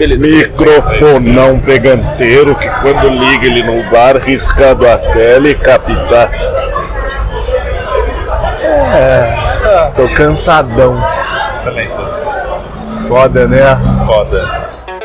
Beleza. Microfonão peganteiro que quando liga ele no bar, riscado a tela e captar. Tô cansadão. Também tô. Foda, né? Foda.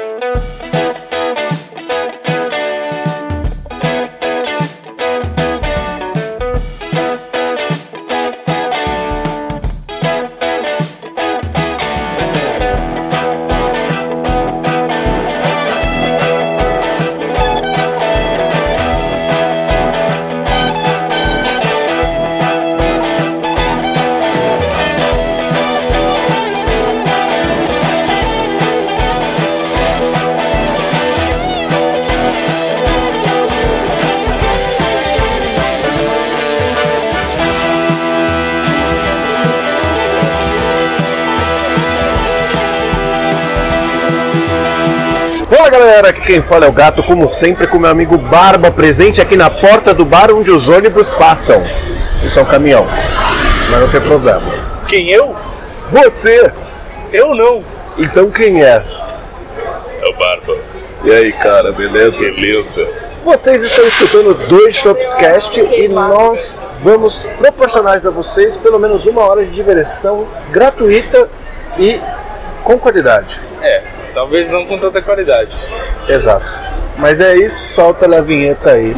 Fala galera, aqui quem fala é o Gato, como sempre com meu amigo Barba, presente aqui na porta do bar onde os ônibus passam. Isso é um caminhão, mas não tem problema. Quem, eu? Você! Eu não. Então quem é? É o Barba. E aí cara, beleza? Beleza. Vocês estão escutando Dois Shops Cast e nós vamos proporcionar a vocês pelo menos 1 hora de diversão gratuita e com qualidade. Talvez não com tanta qualidade. Exato. Mas é isso, solta a vinheta aí.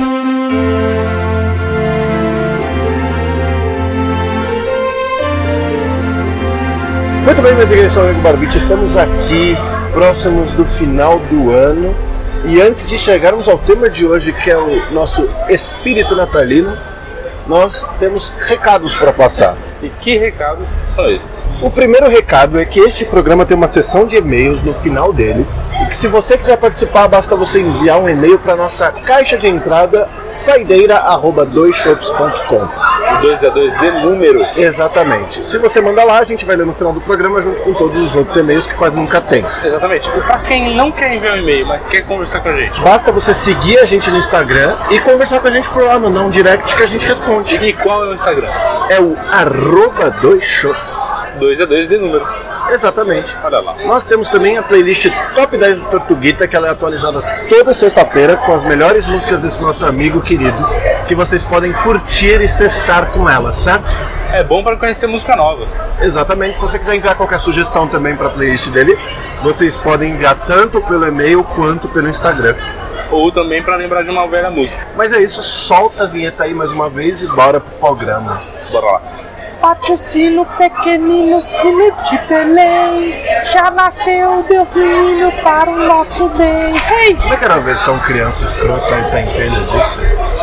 Muito bem, meu digníssimo amigo Barbite, estamos aqui próximos do final do ano e antes de chegarmos ao tema de hoje, que é o nosso espírito natalino, nós temos recados para passar. E que recados são esses? O primeiro recado é que este programa tem uma seção de e-mails no final dele e que se você quiser participar, basta você enviar um e-mail para nossa caixa de entrada saideira@doisshops.com. O 2 é 2 de número. Exatamente. Se você mandar lá, a gente vai ler no final do programa junto com todos os outros e-mails que quase nunca tem. Exatamente. E pra quem não quer enviar um e-mail, mas quer conversar com a gente, basta você seguir a gente no Instagram e conversar com a gente por lá, mandar um direct que a gente responde. E qual é o Instagram? É o @doisshops. 2 é 2 de número. Exatamente. Olha lá. Nós temos também a playlist Top 10 do Tortuguita, que ela é atualizada toda sexta-feira com as melhores músicas desse nosso amigo querido, que vocês podem curtir e cestar com ela, certo? É bom para conhecer música nova. Exatamente. Se você quiser enviar qualquer sugestão também para a playlist dele, vocês podem enviar tanto pelo e-mail quanto pelo Instagram. Ou também para lembrar de uma velha música. Mas é isso, solta a vinheta aí mais uma vez e bora pro programa. Bora lá. Bate o sino, pequenino sino de Belém. Já nasceu Deus menino para o nosso bem. Hey! Como é que era a versão criança escrota e pentelha disso?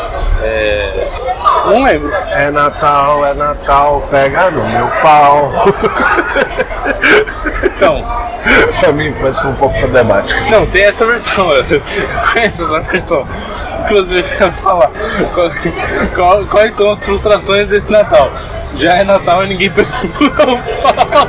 Não lembro. É Natal, pega no meu pau. Então. Pra mim parece que foi um pouco problemática. Não, tem essa versão, eu conheço essa versão. Inclusive, eu ia falar quais são as frustrações desse Natal. Já é Natal e ninguém pegou o pau.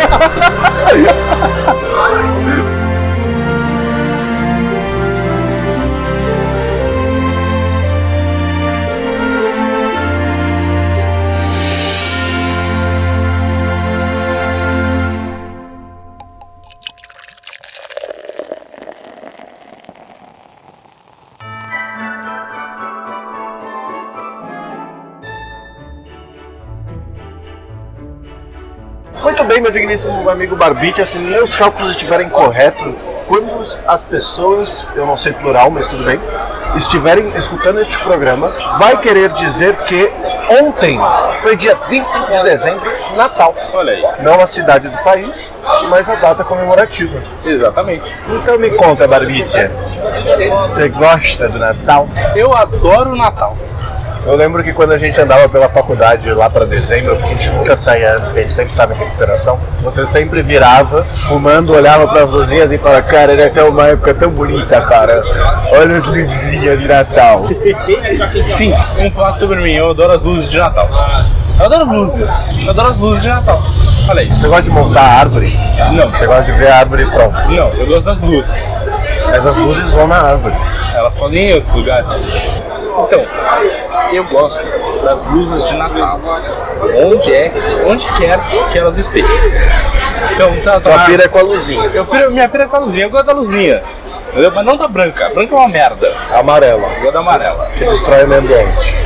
Muito bem, meu digníssimo amigo Barbite, se meus cálculos estiverem corretos, quando as pessoas, eu não sei plural, mas tudo bem, estiverem escutando este programa, vai querer dizer que ontem foi dia 25 de dezembro, Natal. Olha aí. Não a cidade do país, mas a data comemorativa. Exatamente. Então me conta, Barbite, você gosta do Natal? Eu adoro o Natal. Eu lembro que quando a gente andava pela faculdade lá pra dezembro, porque a gente nunca saía antes, que a gente sempre estava em recuperação, você sempre virava, fumando, olhava pras luzinhas e falava, cara, era até uma época tão bonita, cara. Olha as luzinhas de Natal. Sim, vamos falar sobre mim, eu adoro as luzes de Natal. Eu adoro luzes, eu adoro as luzes de Natal. Olha aí. Você gosta de montar a árvore? Não. Você gosta de ver a árvore pronta? Não, eu gosto das luzes. Mas as luzes vão na árvore. Elas podem ir em outros lugares. Então, eu gosto das luzes de Natal, onde quer que elas estejam. Então, sabe, Tua pira é com a luzinha. minha pira é com a luzinha, eu gosto da luzinha. Entendeu? Mas não da branca. A branca é uma merda. Amarela, Eu gosto da amarela. que destrói o meio ambiente.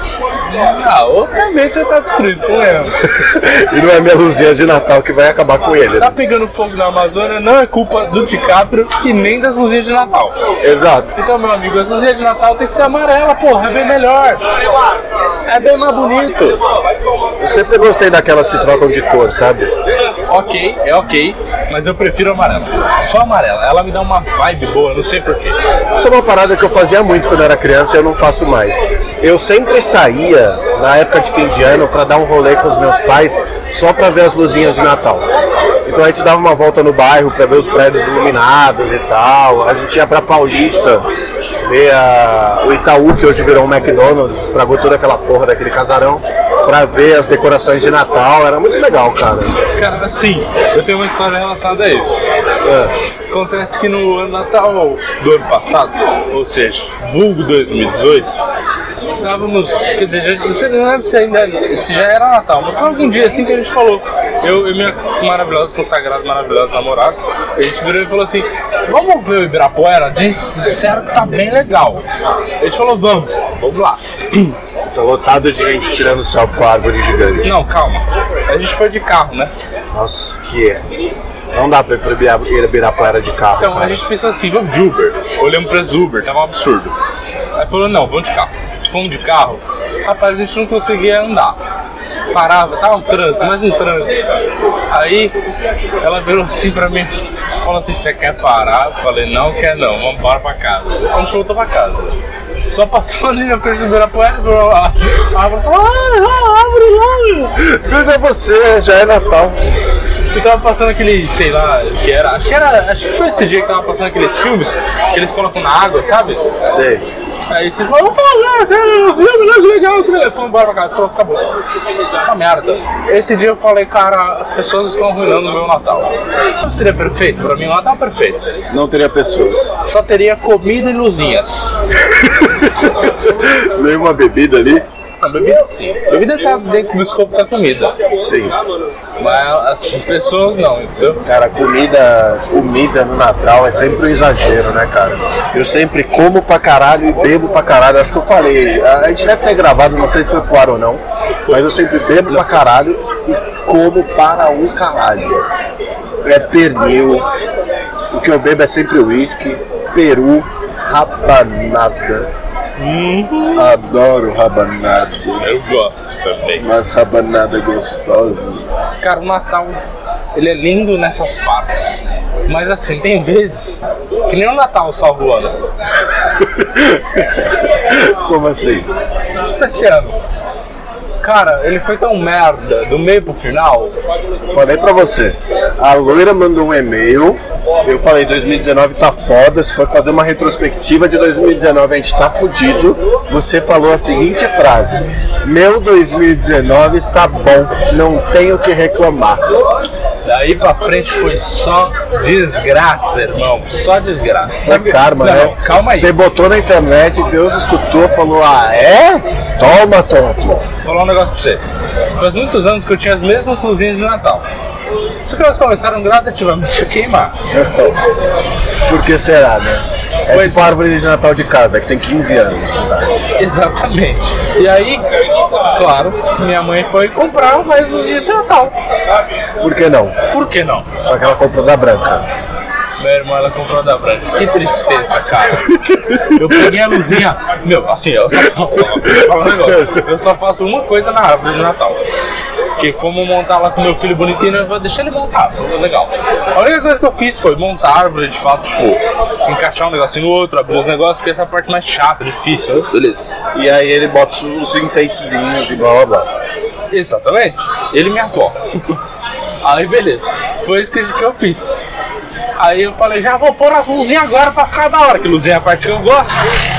Obviamente já tá destruído com ele. E não é minha luzinha de Natal que vai acabar com ele. Tá pegando fogo na Amazônia não é culpa do DiCaprio e nem das luzinhas de Natal. Exato. Então, meu amigo, as luzinhas de Natal tem que ser amarela, porra, é bem melhor. É bem mais bonito. Eu sempre gostei daquelas que trocam de cor, sabe? Ok, mas eu prefiro amarela. Só amarela, ela me dá uma vibe boa, não sei porquê. Isso é uma parada que eu fazia muito quando eu era criança e eu não faço mais. Eu sempre saía na época de fim de ano pra dar um rolê com os meus pais só pra ver as luzinhas de Natal. Então a gente dava uma volta no bairro pra ver os prédios iluminados e tal. A gente ia pra Paulista ver o Itaú, que hoje virou um McDonald's, estragou toda aquela porra daquele casarão, pra ver as decorações de Natal. Era muito legal, cara. Cara, sim, eu tenho uma história relacionada a isso. Acontece que no ano Natal do ano passado, ou seja, vulgo 2018, estávamos, quer dizer, você não lembra se já era Natal, mas foi algum dia assim que a gente falou, eu e minha maravilhosa, consagrada, maravilhosa namorada, a gente virou e falou assim, vamos ver o Ibirapuera? Disseram que tá bem legal. A gente falou, vamos lá. Tá lotado de gente tirando selfie com a árvore gigante. Não, calma, a gente foi de carro, né? Nossa, que é. Não dá pra ir pra Ibirapuera de carro, Então, cara. a gente pensou assim, vamos de Uber. Olhamos o preço do Uber, tava um absurdo. Aí falou, não, vamos de carro. Fomos de carro, rapaz, a gente não conseguia andar. Parava, tava um trânsito, mais um trânsito. Aí, ela virou assim pra mim, falou assim, você quer parar? Eu falei, não, quer não, vamos embora pra casa. A gente voltou pra casa. Só passou ali na frente do Ibirapuera e a árvore falou, árvore lá, Veja você, já é Natal. E tava passando aquele, sei lá, acho que foi esse dia que tava passando aqueles filmes que eles colocam na água, sabe? Sei. Aí vocês falam, cara, filme legal, fomos embora pra casa, pronto, acabou. Uma merda. Esse dia eu falei, cara, as pessoas estão arruinando o meu Natal. Não seria perfeito? Pra mim o Natal é perfeito. Não teria pessoas. Só teria comida e luzinhas. Nenhuma bebida ali? A bebida sim. A bebida tá dentro do escopo da comida. Sim. Mas assim, pessoas não, entendeu? Cara, comida no Natal é sempre um exagero, né, cara? Eu sempre como pra caralho e bebo pra caralho. Acho que eu falei, a gente deve ter gravado, não sei se foi pro ar ou não, mas eu sempre bebo pra caralho e como para um caralho. É pernil, o que eu bebo é sempre uísque, peru, rabanada. Adoro rabanada. Eu gosto também. Mas rabanada gostosa. Cara, o Natal, ele é lindo nessas partes. Mas assim, tem vezes que nem o Natal salva o ano. Como assim? Tipo esse ano. Cara, ele foi tão merda, do meio pro final. Falei pra você, a loira mandou um e-mail, eu falei 2019 tá foda, se for fazer uma retrospectiva de 2019 a gente tá fudido. Você falou a seguinte frase: meu 2019 está bom, não tenho o que reclamar. Daí pra frente foi só desgraça, irmão. Só desgraça. Sabe, karma, né? Não, calma aí. Você botou na internet, Deus escutou, falou, ah, é? Toma, tonto. Vou falar um negócio pra você. Faz muitos anos que eu tinha as mesmas luzinhas de Natal. Só que elas começaram gradativamente a queimar. Por que será, né? É Pois tipo a árvore de Natal de casa, que tem 15 anos de idade. Exatamente. E aí, claro, minha mãe foi comprar mais luzinhas de Natal. Por que não? Por que não? Só que ela comprou da branca. Minha irmã, ela comprou da branca. Que tristeza, cara. Eu peguei a luzinha. Meu, assim, eu só falo um negócio. Eu só faço uma coisa na árvore de Natal. Que fomos montar lá com meu filho bonitinho, eu vou deixar ele montar, legal. A única coisa que eu fiz foi montar a árvore de fato, tipo, encaixar um negocinho no outro, abrir os negócios, porque essa é a parte mais chata, difícil, beleza. E aí ele bota os enfeitezinhos e blá blá blá. Exatamente, ele e minha avó. Aí beleza, foi isso que eu fiz. Aí eu falei, já vou pôr as luzinhas agora pra ficar da hora, que luzinha é a parte que eu gosto.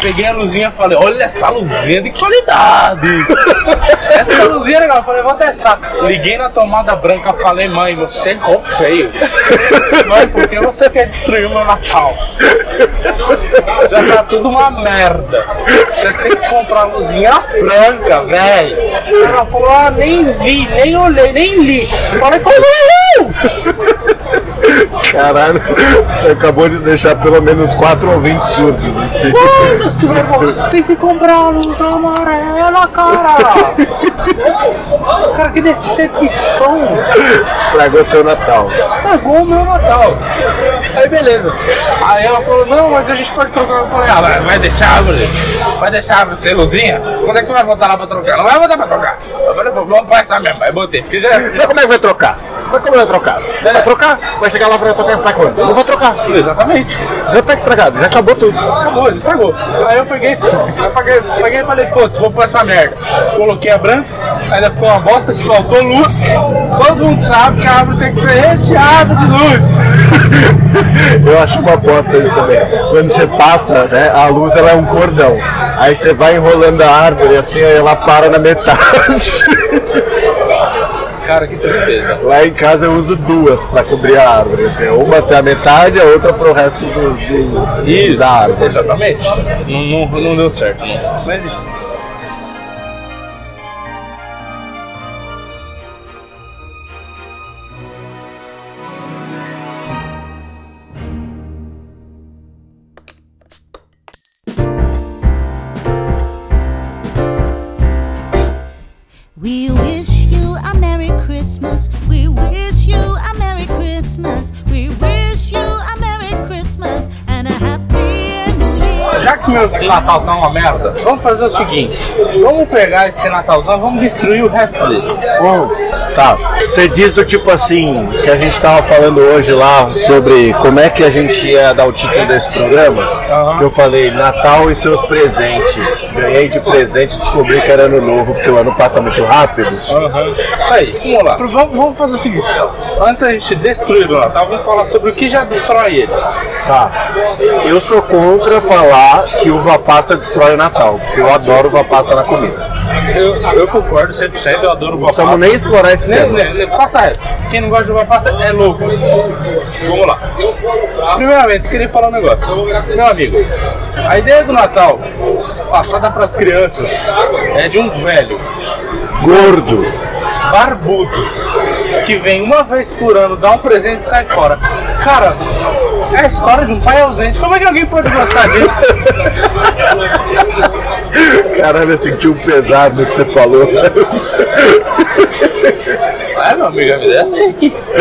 peguei a luzinha e falei, olha essa luzinha de qualidade. Essa luzinha é legal, eu falei, vou testar. Liguei na tomada branca, falei, mãe, você errou feio. Mãe, por que você quer destruir o meu Natal? Já tá tudo uma merda. Você tem que comprar luzinha branca, velho. Ela falou, ah, nem vi, nem olhei, nem li. Eu falei, como eu? Caralho, você acabou de deixar pelo menos 4 ouvintes surdos. Assim. Foda-se, meu irmão. Tem que comprar a luz amarela, cara. Cara, que decepção. Estragou teu Natal. Estragou o meu Natal. Aí beleza. Aí ela falou, não, mas a gente pode trocar. Eu falei, ah, vai deixar, mulher. Vai deixar ser luzinha? Quando é que vai voltar lá pra trocar? Não vai voltar pra trocar. Eu falei, vamos passar mesmo. Aí botei. Porque já... Mas como é que vai trocar? Mas como vai trocar? Vai trocar? Vai chegar lá pra trocar pra quando? Não vou trocar. Exatamente. Já tá estragado, já acabou tudo. Acabou, já estragou. Aí eu peguei e falei, foda-se, vou pôr essa merda. Coloquei a branca, ainda ficou uma bosta que faltou luz. Todo mundo sabe que a árvore tem que ser recheada de luz. Eu acho uma bosta isso também. Quando você passa, né, a luz ela é um cordão. Aí você vai enrolando a árvore assim, aí ela para na metade. Cara, que tristeza. Lá em casa eu uso 2 pra cobrir a árvore. Assim, uma até a metade, a outra pro resto Isso, da árvore. Exatamente. Não deu certo, não. Mas enfim. We wish you a Merry Christmas. We wish you a Merry Christmas. We wish you a Merry Christmas and a Happy New Year. Já que meu Natal tá uma merda, vamos fazer o seguinte. Vamos pegar esse Natalzão, vamos destruir o resto dele. Bom, tá. Você diz do tipo assim, que a gente tava falando hoje lá sobre como é que a gente ia dar o título desse programa. Que eu falei, Natal e seus presentes. Ganhei de presente, descobri que era ano novo, porque o ano passa muito rápido. Isso aí, vamos lá. Vamos fazer o seguinte. Antes da gente destruir o Natal, vamos falar sobre o que já destrói ele. Tá. Eu sou contra falar que uva passa destrói o Natal, porque eu adoro uva passa na comida. Eu concordo 100%, eu adoro uva passa. Não precisamos nem explorar esse tema. Passa reto. Quem não gosta de uva passa é louco. Vamos lá. Primeiramente, eu queria falar um negócio. Meu amigo, a ideia do Natal, passada para as crianças, é de um velho, gordo, barbudo, que vem uma vez por ano, dá um presente e sai fora. Cara, é a história de um pai ausente. Como é que alguém pode gostar disso? Caralho, eu senti um pesado no que você falou. É, meu amigo, a vida é assim.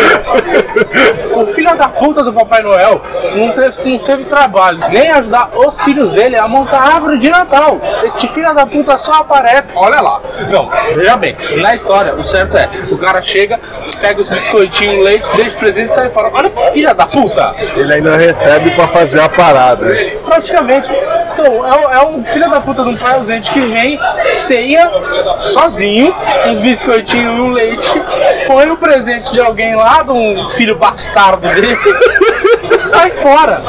O filho da puta do Papai Noel não teve trabalho nem ajudar os filhos dele a montar a árvore de Natal. Este filho da puta só aparece. Olha lá. Não, veja bem, na história, o certo é: o cara chega, pega os biscoitinhos, leite, deixa o presente e sai fora. Olha que filha da puta. Ele ainda recebe pra fazer a parada. Praticamente. Então, é um filho da puta de um pai ausente que vem, ceia sozinho, uns biscoitinhos e um leite, põe o presente de alguém lá, de um filho bastardo dele, e sai fora.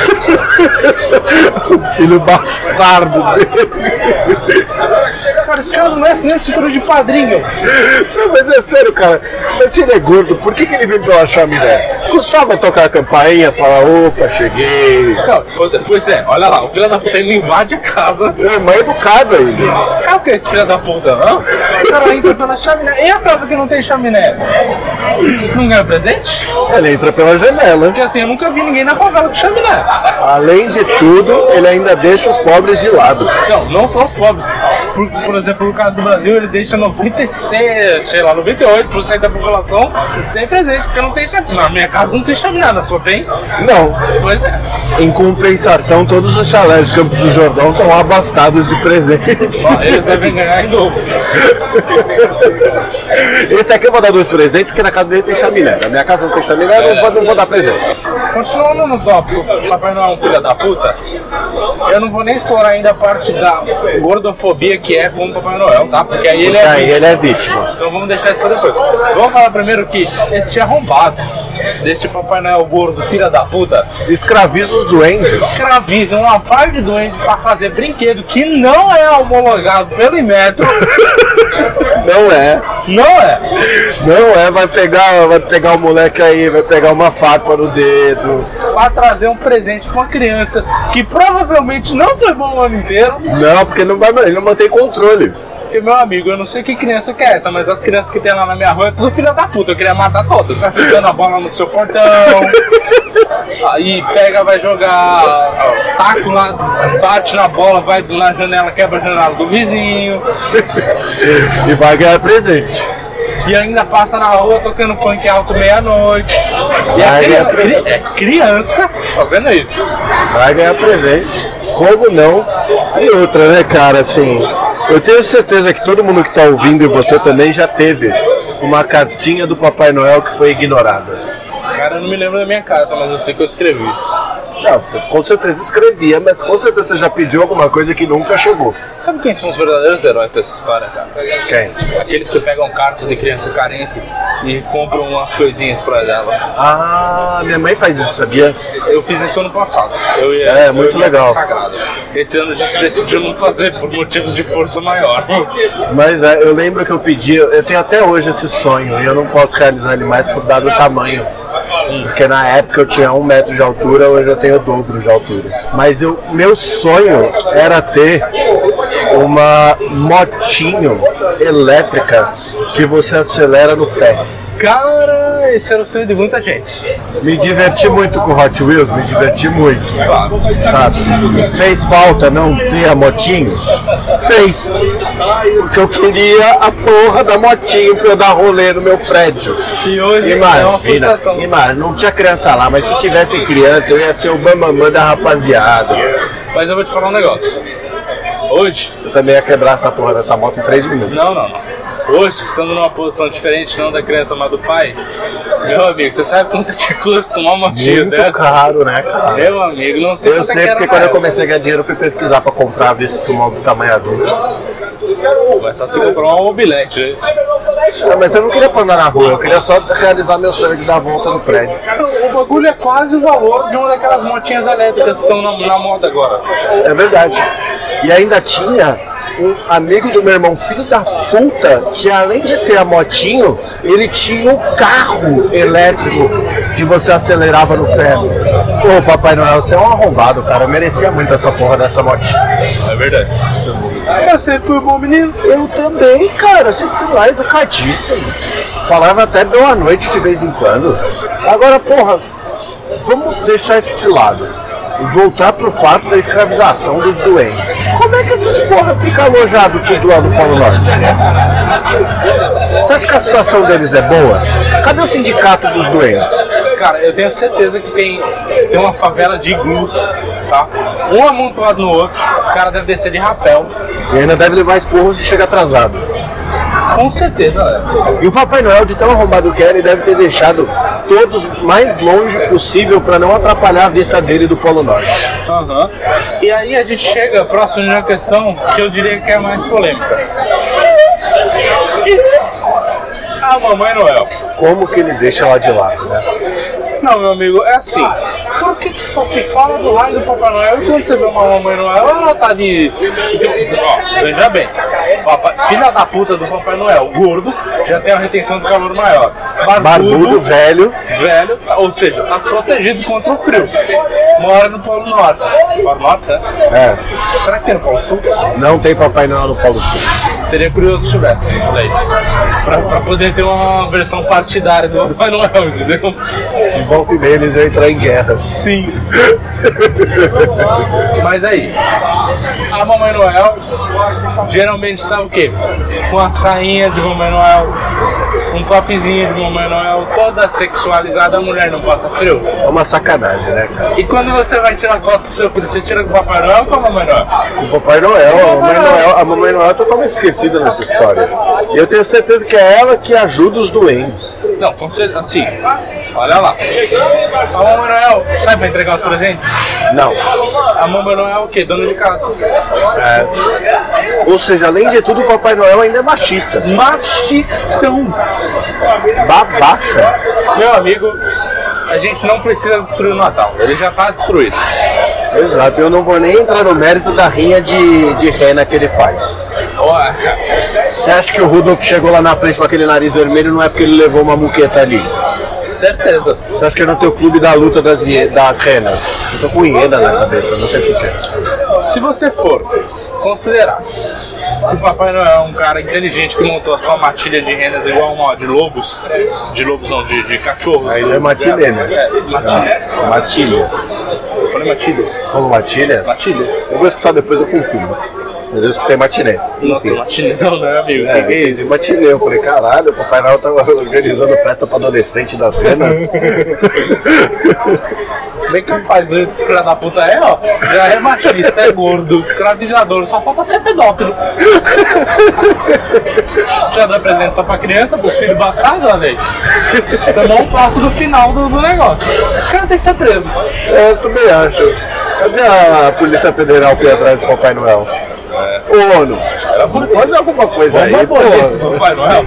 O filho bastardo dele. Cara, esse cara não merece nem o título de padrinho. Não, mas é sério, cara. Mas se ele é gordo, por que ele vem pela chaminé? Custava tocar a campainha, falar, opa, cheguei. Não, pois é, olha lá, o filho da puta ainda invade a casa. É mais educado ainda. É o que esse filho da puta, não? O cara entra pela chaminé. E a casa que não tem chaminé? Não ganha presente? Ele entra pela janela. Porque assim, eu nunca vi ninguém na favela com chaminé. Além de tudo, ele ainda deixa os pobres de lado. Não só os pobres. Por exemplo, no caso do Brasil, ele deixa 98% da população sem presente, porque não tem chaminé. Na minha casa não tem chaminé, na sua tem? Não. Pois é. Em compensação, todos os chalés de Campos do Jordão estão abastados de presente. Ó, eles devem ganhar em dobro. Esse aqui eu vou dar 2 presentes, porque na casa dele tem chaminé. Na minha casa não tem chaminé, não vou dar presente. continuando no tópico, Papai Noel é um filho da puta, eu não vou nem explorar ainda a parte da gordofobia que é com o Papai Noel, tá? Porque aí ele é vítima. Então vamos deixar isso pra depois. Vamos falar primeiro que este arrombado deste Papai Noel gordo, filho da puta, escraviza os duendes. Escraviza uma parte de duende pra fazer brinquedo que não é homologado pelo Inmetro. Não é, vai pegar o moleque aí, vai pegar uma faca no dedo. Pra trazer um presente pra uma criança que provavelmente não foi bom o ano inteiro. Não, porque ele não mantém controle. Porque, meu amigo, eu não sei que criança que é essa, mas as crianças que tem lá na minha rua é tudo filha da puta, eu queria matar todas. Tá chutando a bola no seu portão, aí pega, vai jogar taco lá, bate na bola, vai na janela, quebra a janela do vizinho. E vai ganhar presente. E ainda passa na rua tocando funk alto meia-noite. E é criança fazendo isso. Vai ganhar presente. Como não? E outra, né, cara, assim, eu tenho certeza que todo mundo que tá ouvindo e você também já teve uma cartinha do Papai Noel que foi ignorada. Cara, eu não me lembro da minha carta, mas eu sei que eu escrevi. Não, você com certeza escrevia, mas com certeza você já pediu alguma coisa que nunca chegou. Sabe quem são os verdadeiros heróis dessa história, cara? Quem? Aqueles que pegam cartas de criança carente e compram umas coisinhas pra ela. Ah, minha mãe faz isso, sabia? Eu fiz isso ano passado. Muito legal. Sagrado. Esse ano a gente decidiu não fazer por motivos de força maior. Mas eu lembro que eu pedi, eu tenho até hoje esse sonho e eu não posso realizar ele mais por dado tamanho. Porque na época eu tinha 1 metro de altura, hoje eu tenho o dobro de altura. Mas meu sonho era ter uma motinho elétrica que você acelera no pé. Cara, esse era o sonho de muita gente. Me diverti muito com Hot Wheels, me diverti muito. Sabe? Fez falta não ter a motinho? Fez. Porque eu queria a porra da motinho pra eu dar rolê no meu prédio. E hoje é uma frustração. Não tinha criança lá, mas se tivesse criança eu ia ser o bambambam da rapaziada. Mas eu vou te falar um negócio. Hoje... Eu também ia quebrar essa porra dessa moto em 3 minutos. Não. Hoje, estando numa posição diferente, não da criança, mas do pai, meu amigo, você sabe quanto que custa uma motinha muito dessa? Muito caro, né, cara? Meu amigo, não sei quanto é que era. Eu sei porque quando eu comecei a ganhar dinheiro, eu fui pesquisar pra comprar, ver se tinha um tamanho adulto. Mas só se comprar uma mobilete, né? Mas eu não queria pra andar na rua, eu queria só realizar meu sonho de dar a volta no prédio. O bagulho é quase o valor de uma daquelas motinhas elétricas que estão na moda agora. É verdade. E ainda tinha um amigo do meu irmão, filho da puta, que além de ter a motinho, ele tinha um carro elétrico que você acelerava no pé. Ô, Papai Noel, você é um arrombado, cara. Eu merecia muito essa porra dessa motinha. É verdade. Eu sempre fui um bom menino. Eu também, cara. Sempre fui lá educadíssimo. Falava até boa noite de vez em quando. Agora, porra, vamos deixar isso de lado e voltar pro fato da escravização dos doentes. Como é que esses porra ficam alojados tudo lá no Polo Norte? Você acha que a situação deles é boa? Cadê o sindicato dos doentes? Cara, eu tenho certeza que tem uma favela de iglus, tá? Um amontoado no outro, os caras devem descer de rapel. E ainda deve levar esporro se chega atrasado. Com certeza, né? E o Papai Noel, de tão arrombado que era, ele deve ter deixado todos mais longe possível para não atrapalhar a vista dele do Polo Norte. Uhum. E aí a gente chega próximo de uma questão que eu diria que é a mais polêmica. A Mamãe Noel. Como que ele deixa ela de lado, né? Não, meu amigo, é assim. Por que só se fala do raio do Papai Noel e quando você vê uma Mamãe Noel, ela tá de... Ó, veja bem, filha da puta do Papai Noel, gordo, já tem uma retenção de calor maior. Barbudo, velho, ou seja, tá protegido contra o frio. Mora no Polo Norte. Polo Norte, né? É. Será que tem no Polo Sul? Não tem Papai Noel no Polo Sul. Seria curioso se tivesse, pra poder ter uma versão partidária do Papai Noel, entendeu? E volta e meia eles iam entrar em guerra. Sim. Mas aí, a Mamãe Noel geralmente tá o quê? Com a sainha de Mamãe Noel, um topzinho de Mamãe Noel, toda sexualizada, a mulher não passa frio. É uma sacanagem, né, cara? E quando você vai tirar foto com seu filho, você tira com o Papai Noel ou com a Mamãe Noel? Com o Papai Noel. A Mamãe Noel é totalmente esquecida nessa história. E eu tenho certeza que é ela que ajuda os doentes. Não, com certeza, assim, Olha lá. A Mamãe Noel sai pra entregar os presentes? Não. A Mamãe Noel é o quê? Dona de casa. Ou seja, além de tudo, o Papai Noel ainda é machista. Machistão. Babaca. Meu amigo, a gente não precisa destruir o Natal. Ele já tá destruído. Exato, eu não vou nem entrar no mérito da rinha de rena que ele faz. Você acha que o Rudolf chegou lá na frente com aquele nariz vermelho não é porque ele levou uma muqueta ali? Certeza. Você acha que é no teu clube da luta das renas? Eu tô com hiena na cabeça, não sei porquê. Se você for considerar que o Papai Noel é um cara inteligente que montou a sua matilha de renas igual uma de lobos não, de cachorros. Aí não é matilha, né? Matilha. Matilha. Eu falei matilha? Você falou matilha? Matilha. Eu vou escutar depois, eu confirmo. Mas eu escutei matiné. Nossa, matilha não, né, amigo? É matilha. Eu falei, caralho, o Papai Noel tava organizando festa pra adolescente das renas. Bem capaz, do jeito que os filhos da puta é, ó. Já é machista, é gordo, escravizador, só falta ser pedófilo. Já dá presente só pra criança, pros filhos bastardos, olha aí. Tomou um passo do final do negócio. Esse cara tem que ser preso. Eu também acho. Cadê a Polícia Federal que ia atrás do Papai Noel? Ô, ONU, vamos fazer alguma coisa aí, pô. Esse Papai Noel.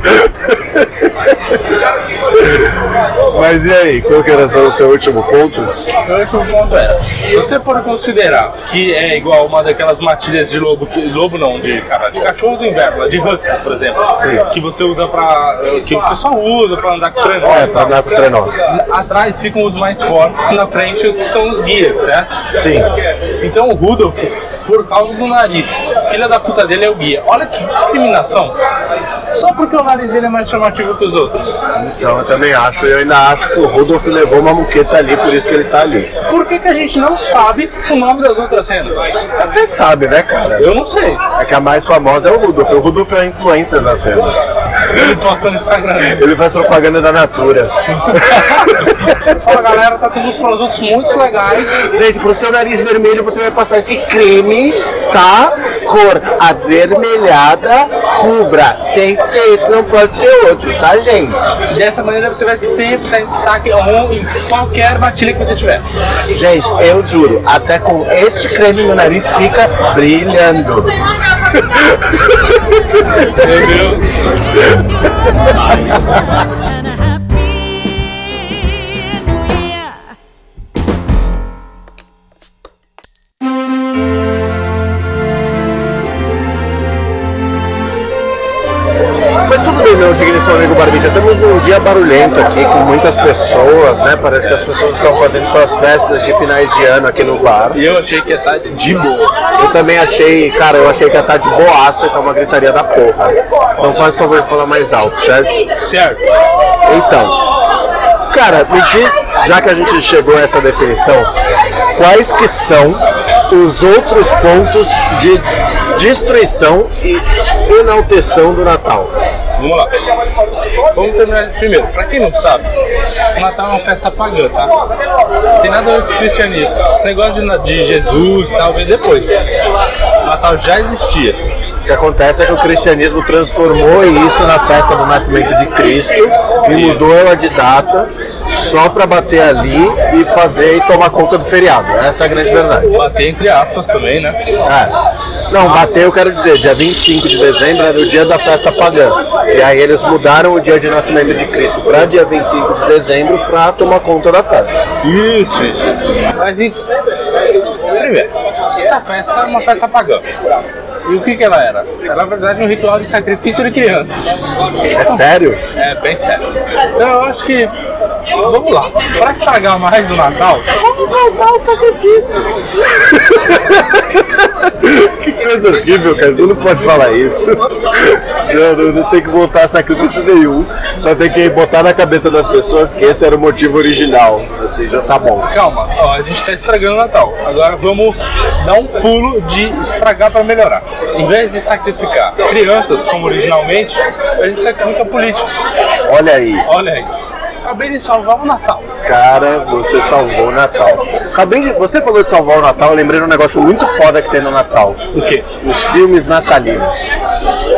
Mas e aí, qual que era o seu último ponto? O último ponto era, se você for considerar que é igual uma daquelas matilhas de lobo não, de cachorro do inverno, de husky, por exemplo, sim, que você usa que o pessoal usa pra andar com trenó. Pra andar com trenó. Atrás ficam os mais fortes, na frente os que são os guias, certo? Sim. Então o Rudolf, por causa do nariz, filha da puta dele é o guia. Olha que discriminação. Só porque o nariz dele é mais chamativo que os outros. Então eu também acho, eu ainda acho que o Rudolf levou uma muqueta ali, por isso que ele tá ali. Por que a gente não sabe o nome das outras cenas? Até sabe, né, cara? Eu não sei. É que a mais famosa é o Rudolf. O Rudolf é a influencer das renas. Ele posta no Instagram. Ele faz propaganda da Natura. Fala, galera, tá com uns produtos muito legais. Gente, pro seu nariz vermelho você vai passar esse creme, tá? Cor avermelhada, rubra. Tem que ser esse, não pode ser outro, tá, gente? Dessa maneira você vai sempre estar em destaque em qualquer matilha que você tiver. Gente, eu juro, até com este creme meu nariz fica brilhando. Meu Deus. Mas tudo bem, meu digníssimo amigo Barbicha, estamos num dia barulhento aqui, com muitas pessoas, né? Parece que as pessoas estão fazendo suas festas de finais de ano aqui no bar. E eu achei que ia estar de boa. Eu também achei, cara, eu achei que ia estar de boaça e tá uma gritaria da porra. Então faz o favor de falar mais alto, certo? Certo. Então, cara, me diz, já que a gente chegou a essa definição, quais que são os outros pontos de destruição e enalteção do Natal? Vamos lá. Vamos terminar primeiro. Pra quem não sabe, o Natal é uma festa pagã, tá? Não tem nada a ver com o cristianismo. Esse negócio de Jesus, talvez depois. O Natal já existia. O que acontece é que o cristianismo transformou isso na festa do nascimento de Cristo e mudou ela de data só pra bater ali e fazer e tomar conta do feriado. Essa é a grande verdade. Bater entre aspas também, né? Não, bater eu quero dizer, dia 25 de dezembro era o dia da festa pagã. E aí eles mudaram o dia de nascimento de Cristo para dia 25 de dezembro para tomar conta da festa. Isso. Mas então, primeiro, essa festa era uma festa pagã. E o que ela era? Era, na verdade, um ritual de sacrifício de crianças. É sério? É, bem sério. Então eu acho que, vamos lá, para estragar mais o Natal, vamos voltar ao sacrifício. Que coisa horrível, cara, tu não pode falar isso. Não tem que voltar a sacrifício nenhum. Só tem que botar na cabeça das pessoas que esse era o motivo original. Assim, já tá bom. Calma, ó, a gente tá estragando o Natal. Agora vamos dar um pulo de estragar para melhorar. Em vez de sacrificar crianças, como originalmente, a gente sacrifica políticos. Olha aí. Olha aí. Acabei de salvar o Natal. Cara, você salvou o Natal. Você falou de salvar o Natal, eu lembrei de um negócio muito foda que tem no Natal. O quê? Os filmes natalinos.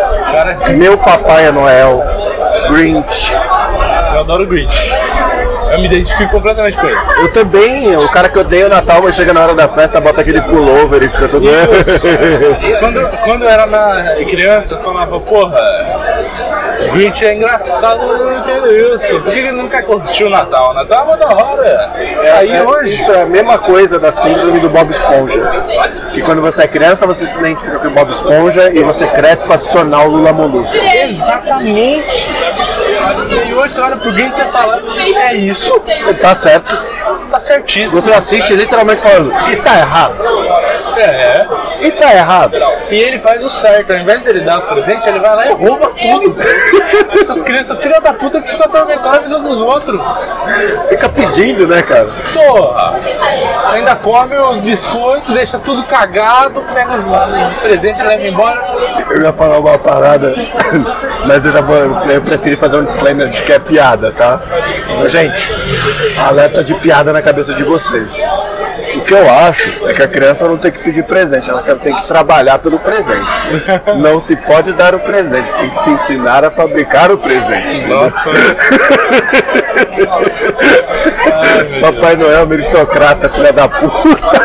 Cara, Meu Papai é Noel, Grinch. eu adoro o Grinch. Eu me identifico completamente com ele. Eu também, o cara que odeia o Natal, mas chega na hora da festa, bota aquele pullover e fica todo... Quando eu era criança, eu falava, porra, Grinch é engraçado, eu não entendo isso. Por que ele nunca curtiu o Natal? O Natal é uma da hora. Aí hoje... Isso é a mesma coisa da síndrome do Bob Esponja. Que quando você é criança, você se identifica com o Bob Esponja e você cresce pra se tornar o Lula Molusco. Exatamente. E hoje você olha pro Grinch e você fala, é isso. Tá certo. Tá certíssimo. Você assiste literalmente falando, e tá errado. É. E tá errado. E ele faz o certo, ao invés dele dar os presentes, ele vai lá e rouba tudo. Essas crianças, filha da puta, que ficam atormentando a vida dos outros. Fica pedindo, né, cara? Porra! Ainda come os biscoitos, deixa tudo cagado, pega os presentes e leva embora. Eu ia falar uma parada, mas eu prefiro fazer um disclaimer de que é piada, tá? Gente, alerta de piada na cabeça de vocês. O que eu acho é que a criança não tem que pedir presente, ela tem que trabalhar pelo presente. Não se pode dar o presente, tem que se ensinar a fabricar o presente. Nossa. Papai Noel, meritocrata, filha da puta.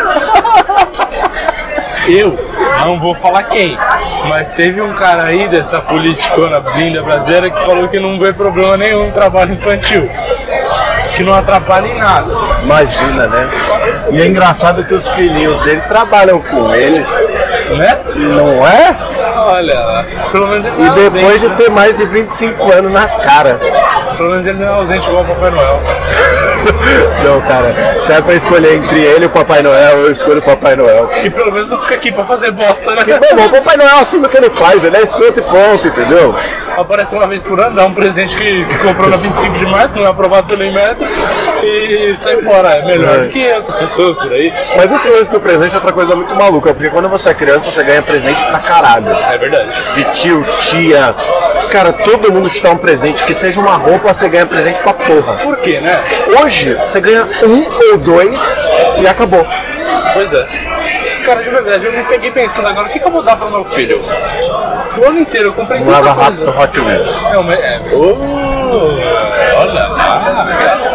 Eu não vou falar quem, mas teve um cara aí dessa politicona linda brasileira que falou que não vê problema nenhum no trabalho infantil. Que não atrapalha em nada. Imagina, né? E é engraçado que os filhinhos dele trabalham com ele, Né? não é? Olha lá. Pelo menos ele não E é depois ausente, de né? ter mais de 25 anos na cara. Pelo menos ele não é ausente igual o Papai Noel. Não, cara, se é pra escolher entre ele e o Papai Noel, eu escolho o Papai Noel. E pelo menos não fica aqui pra fazer bosta, né? Bom, o Papai Noel assume o que ele faz, ele é escroto e ponto, entendeu? Aparece uma vez por ano, dá um presente que comprou na 25 de março, não é aprovado pelo Inmetro, e sai fora. É melhor do que 500 pessoas por aí. Mas esse lance do presente é outra coisa muito maluca, porque quando você é criança, você ganha presente pra caralho. É verdade. De tio, tia. Cara, todo mundo te dá um presente, que seja uma roupa, você ganha presente pra porra. Por quê, né? Hoje, você ganha um ou dois e acabou. Pois é. Cara, de verdade, eu me peguei pensando agora, o que eu vou dar pro meu filho? O ano inteiro eu comprei Um lava tanta rápido coisa. Hot Wheels. Não, mas olha lá.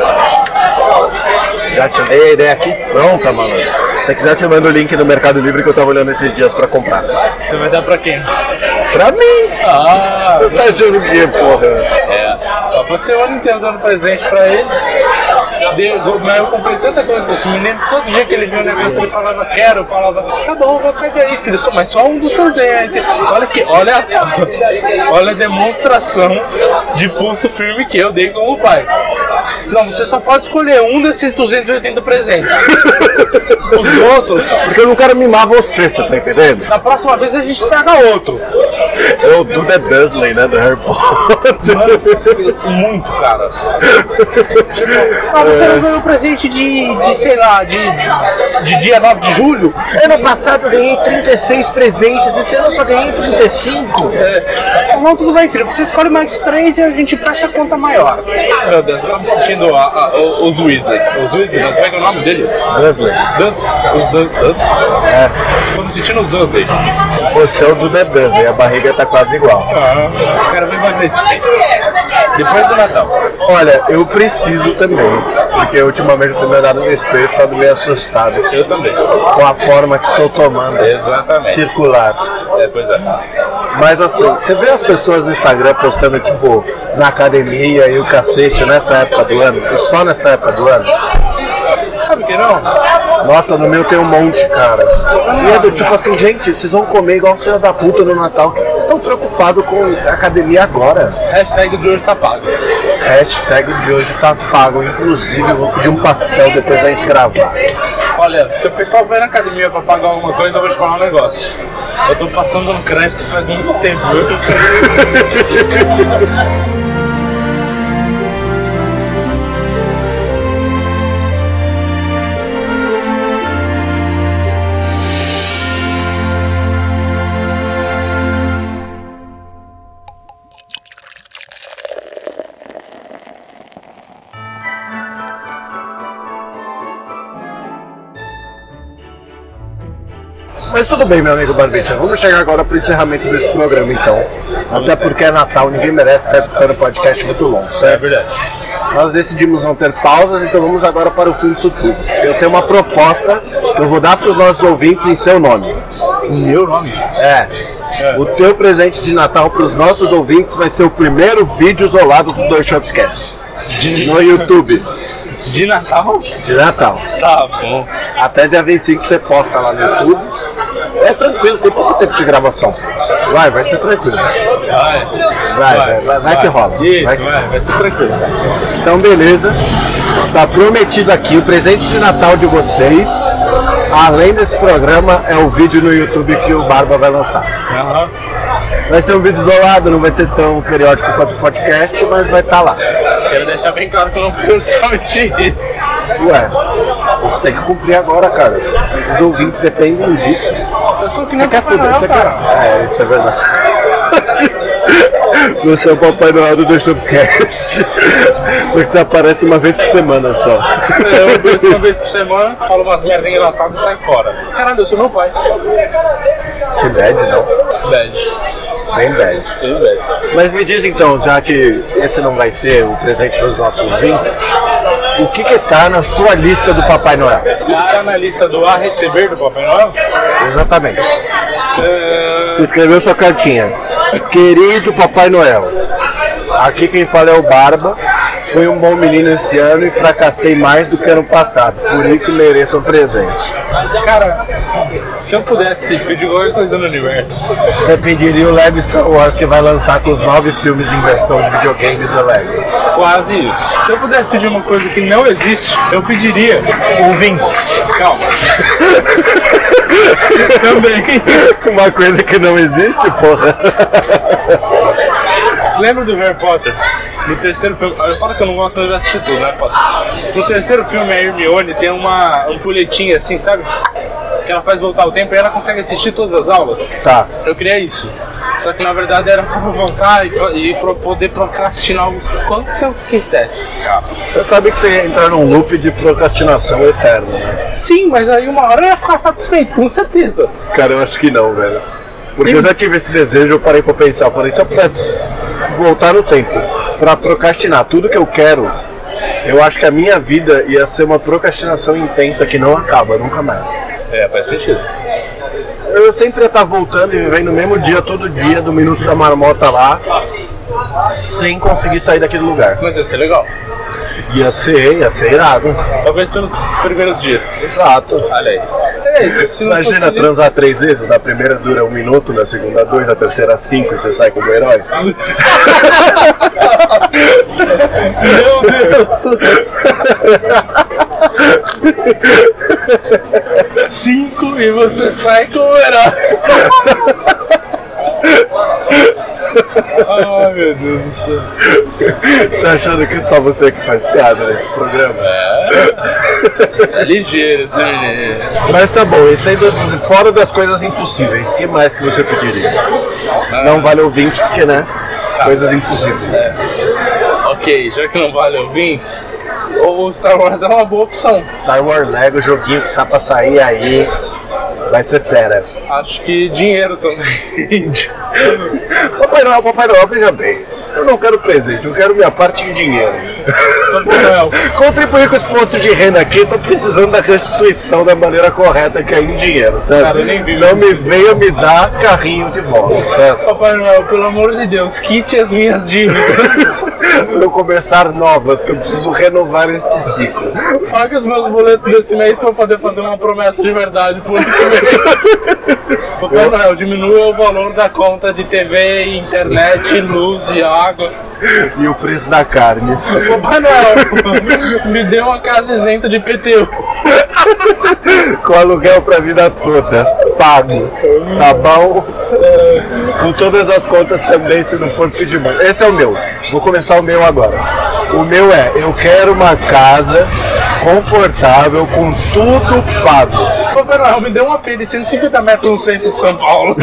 Já te dei a ideia aqui pronta, mano. Se você quiser, eu te mando o link no Mercado Livre que eu tava olhando esses dias pra comprar. Você vai dar pra quem? Pra mim! Ah, Tá achando o quê, porra? é. Ó, você o ano inteiro dando presente pra ele. Mas eu comprei tanta coisa pra esse menino, todo dia que ele viu o negócio ele falava, quero, eu falava, tá bom, vai pegar aí, filho, mas só um dos presentes. Olha a demonstração de pulso firme que eu dei como pai. Não, você só pode escolher um desses 280 presentes. Os outros, Porque eu não quero mimar você, você tá entendendo? na próxima vez a gente pega outro. É o Duda Dursley, né, do Harry Potter. Muito, cara. Tipo, você não ganhou presente de sei lá, de dia 9 de julho? Ano passado eu ganhei 36 presentes, esse ano eu só ganhei 35. Não, tudo bem, filho. Você escolhe mais 3 e a gente fecha a conta maior. Meu Deus, eu tô me sentindo os Weasley. Os Weasley, não, como é que é o nome dele? Dursley. Os Dursley? É, Tô me sentindo os Dursley. você é o Duda Dursley, a barriga tá quase igual. O cara vai emagrecer. Depois do Natal. Olha, eu preciso também, porque ultimamente eu tenho me olhado no espelho e ficado meio assustado Eu também. com a forma que estou tomando. Exatamente. Circular. É, pois é. Mas assim, você vê as pessoas no Instagram postando tipo na academia e o cacete nessa época do ano, e só nessa época do ano? Sabe que não? Nossa, no meu tem um monte, cara. E é do tipo assim, gente, vocês vão comer igual filha da puta no Natal, o que vocês estão preocupados com a academia agora? Hashtag de hoje tá pago. Hashtag de hoje tá pago, inclusive eu vou pedir um pastel depois da gente gravar. Olha, se o pessoal vai na academia pra pagar alguma coisa, eu vou te falar um negócio. Eu tô passando no crédito faz muito tempo, viu? Mas tudo bem, meu amigo Barbicha, vamos chegar agora pro encerramento desse programa então. Até porque é Natal, ninguém merece ficar escutando podcast muito longo, É certo? verdade. Nós decidimos não ter pausas, então vamos agora para o fim disso tudo. Eu tenho uma proposta que eu vou dar para os nossos ouvintes em seu nome. O meu nome? É. O teu presente de Natal para os nossos ouvintes vai ser o primeiro vídeo isolado do Dois Chopps Cast. No YouTube. De Natal? De Natal. Tá bom. Até dia 25 você posta lá no YouTube. É tranquilo, tem pouco tempo de gravação. Vai ser tranquilo. Vai que rola. Isso, vai ser tranquilo. Então, beleza. Tá prometido aqui o presente de Natal de vocês. Além desse programa, é o vídeo no YouTube que o Barba vai lançar. Vai ser um vídeo isolado, não vai ser tão periódico quanto o podcast, mas vai estar lá. Quero deixar bem claro que eu não prometi isso. Ué, você tem que cumprir agora, cara. Os ouvintes dependem disso. Eu sou que nem Papai Noel, Noel, cara. É, isso é verdade. Você é o Papai Noel do Dois Chopps Cast. Só que você aparece uma vez por semana só. Eu apareço uma vez por semana, falo umas merdas engraçadas e sai fora. Caralho, eu sou meu pai. Que bad, não? Bad. Bem bad. Bem bad. Mas me diz então, já que esse não vai ser o presente dos nossos ouvintes, o que tá na sua lista do Papai Noel? Tá na lista do a receber do Papai Noel? Exatamente. Você escreveu sua cartinha. Querido Papai Noel, aqui quem fala é o Barba. Fui um bom menino esse ano e fracassei mais do que ano passado. Por isso mereço um presente. Cara, se eu pudesse pedir qualquer coisa no universo, Você pediria o Lego Star Wars que vai lançar com os 9 filmes em versão de videogame da Lego. quase isso. Se eu pudesse pedir uma coisa que não existe, eu pediria ouvintes. Calma. Também. Uma coisa que não existe, porra. Lembra do Harry Potter? No terceiro filme, eu falo que eu não gosto, mas eu já assisti tudo, né? No terceiro filme, a Hermione tem uma ampulhetinha assim, sabe? Que ela faz voltar o tempo e ela consegue assistir todas as aulas. Tá. Eu queria isso. Só que na verdade era pra voltar e pra poder procrastinar o quanto eu quisesse. Você sabe que você ia entrar num loop de procrastinação eterno, né? Sim, mas aí uma hora eu ia ficar satisfeito, com certeza. Cara, eu acho que não, velho. Porque eu já tive esse desejo, eu parei pra pensar. Eu falei, se eu pudesse voltar no tempo pra procrastinar tudo que eu quero, eu acho que a minha vida ia ser uma procrastinação intensa que não acaba, nunca mais. É, faz sentido. Eu sempre ia estar voltando e vivendo o mesmo dia, todo dia, do Minuto da Marmota lá, sem conseguir sair daquele lugar. Mas ia ser legal. Ia ser irado. Talvez pelos primeiros dias. Exato. Olha aí. É isso, se não Imagina fosse transar 3 vezes, na primeira dura 1 minuto, na segunda 2, na terceira 5 e você sai como herói. Meu Deus! 5 e você sai como herói. Ai, meu Deus do céu. Tá achando que só você que faz piada nesse programa? É ligeiro esse menino. Mas tá bom, isso aí fora das coisas impossíveis, o que mais que você pediria? Não vale ouvinte, porque, né? Coisas impossíveis. Ok, já que não vale ouvinte, o Star Wars é uma boa opção. Star Wars Lego, joguinho que tá pra sair aí, vai ser fera. Acho que dinheiro também. Papai Noel, veja bem. Eu não quero presente, eu quero minha parte em dinheiro. Contribuir com esse ponto de renda aqui, tô precisando da restituição da maneira correta, que é em dinheiro, certo? Cara, eu nem vi não me isso. venha me dar carrinho de volta, certo? Papai Noel, pelo amor de Deus, quite as minhas dívidas. Pra eu começar novas, que eu preciso renovar este ciclo. Pague os meus boletos desse mês pra eu poder fazer uma promessa de verdade por ano que vem. Papai Noel, diminua o valor da conta de TV, internet, luz e água. E o preço da carne. Papai Noel, me dê uma casa isenta de IPTU. Com aluguel pra vida toda. Pago. Tá bom? Com todas as contas também, se não for pedir mais. Esse é o meu. Vou começar o meu agora. O meu é, eu quero uma casa confortável, com tudo pago. Papai Noel, me dê um AP de 150 metros no centro de São Paulo.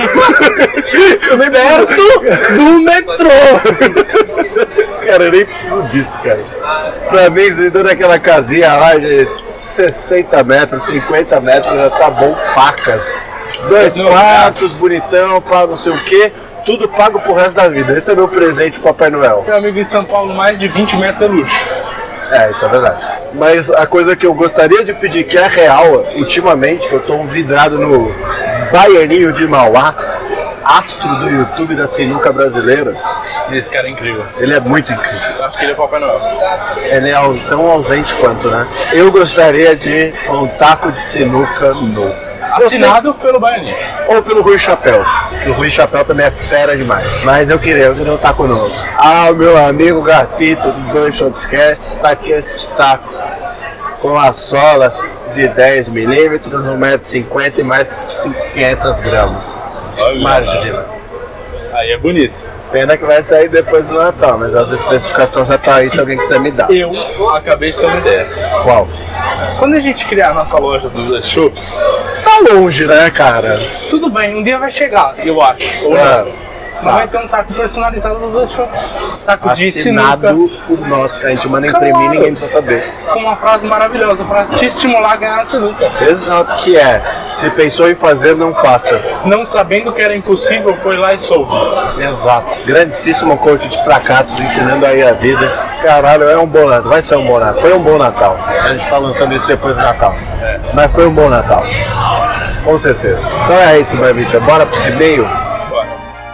Perto do metrô. Cara, eu nem preciso disso, cara. Pra mim, dentro daquela casinha lá de 60 metros, 50 metros, já tá bom, pacas. 2 quartos, bonitão, pá, não sei o que. Tudo pago pro resto da vida. Esse é o meu presente, Papai Noel. Meu amigo, em São Paulo, mais de 20 metros é luxo. É, isso é verdade. Mas a coisa que eu gostaria de pedir, que é real, ultimamente, que eu tô vidrado no Baianinho de Mauá, astro do YouTube da sinuca brasileira. Esse cara é incrível. Ele é muito incrível. Eu acho que ele é Papai Noel. Ele é tão ausente quanto, né? Eu gostaria de um taco de sinuca novo. Assinado pelo Baianinho. Ou pelo Rui Chapéu, que o Rui Chapéu também é fera demais. Mas eu queria um taco novo. Ah, o meu amigo Gatito do 2 Shopscast está aqui esse taco com a sola de 10 milímetros, 1,50 m e mais 500 gramas. Imagina. Aí é bonito. Pena que vai sair depois do Natal, mas as especificações já tá aí se alguém quiser me dar. Eu acabei de ter uma ideia. Qual? Quando a gente criar a nossa loja dos 2 Shops, Tá longe, né, cara? tudo bem, um dia vai chegar, eu acho. Ou não. Mas vai ter um taco personalizado dos 2 Shops. Taco de sinuca. Assinado por nós, que a gente manda imprimir, Claro. ninguém precisa saber. Com uma frase maravilhosa pra te estimular a ganhar a sinuca. Exato, que é: se pensou em fazer, não faça. Não sabendo que era impossível, foi lá e soube. Exato. Grandíssimo coach de fracassos ensinando aí a vida. Caralho, é um bom Natal. Vai ser um bom Natal. Foi um bom Natal. A gente tá lançando isso depois do Natal. Mas foi um bom Natal. Com certeza. Então é isso, Barbicha. Bora pro esse e-mail? Bora.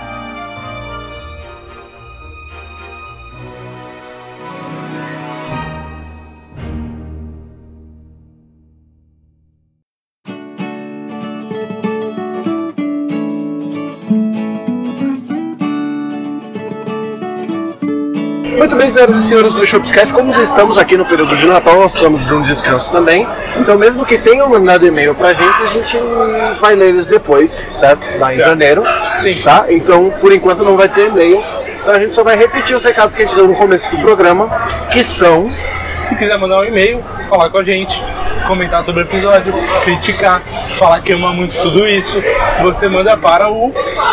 Muito bem, senhoras e senhores do Shopscast, como já estamos aqui no período de Natal, nós estamos de um descanso também. Então, mesmo que tenham mandado e-mail pra gente, a gente vai ler eles depois, certo? Lá em janeiro. Sim. Tá? Então, por enquanto, não vai ter e-mail. Então, a gente só vai repetir os recados que a gente deu no começo do programa, que são... Se quiser mandar um e-mail, falar com a gente, comentar sobre o episódio, criticar, falar que ama muito tudo isso, você manda para o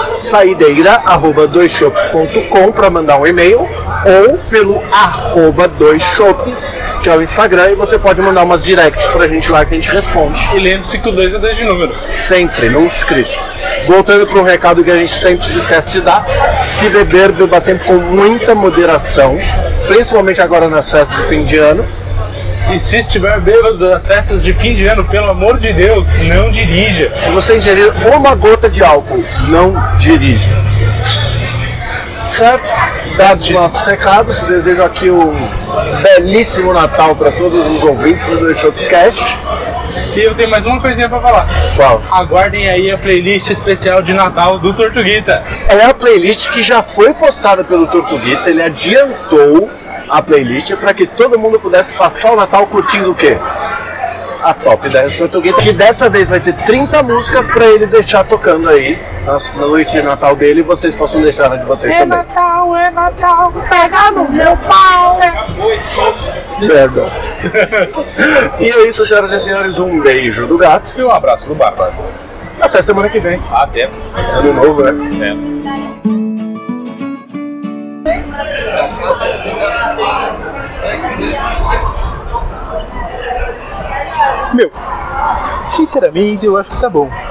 saideira@doisshops.com para mandar um e-mail, ou pelo @doisshops, que é o Instagram, e você pode mandar umas directs pra gente lá que a gente responde. e lembre-se que o 2 é 10 de número. Sempre, nunca escrito. Voltando para um recado que a gente sempre se esquece de dar: se beber, beba sempre com muita moderação, principalmente agora nas festas de fim de ano. E se estiver bêbado das festas de fim de ano, pelo amor de Deus, não dirija. Se você ingerir uma gota de álcool, não dirija. Certo? Dados os nossos recados, desejo aqui um belíssimo Natal para todos os ouvintes do The Shopscast. E eu tenho mais uma coisinha pra falar. Qual? Aguardem aí a playlist especial de Natal do Tortuguita. É a playlist que já foi postada pelo Tortuguita, ele adiantou a playlist para que todo mundo pudesse passar o Natal curtindo o quê? A Top 10 do Tortuguita, que dessa vez vai ter 30 músicas para ele deixar tocando aí na noite de Natal dele, e vocês possam deixar na de vocês também. É Natal, pega no meu pau. Merda. E é isso, senhoras e senhores, um beijo do gato. E um abraço do Bárbaro. Até semana que vem. Até. Ano novo, né? Meu, sinceramente eu acho que tá bom.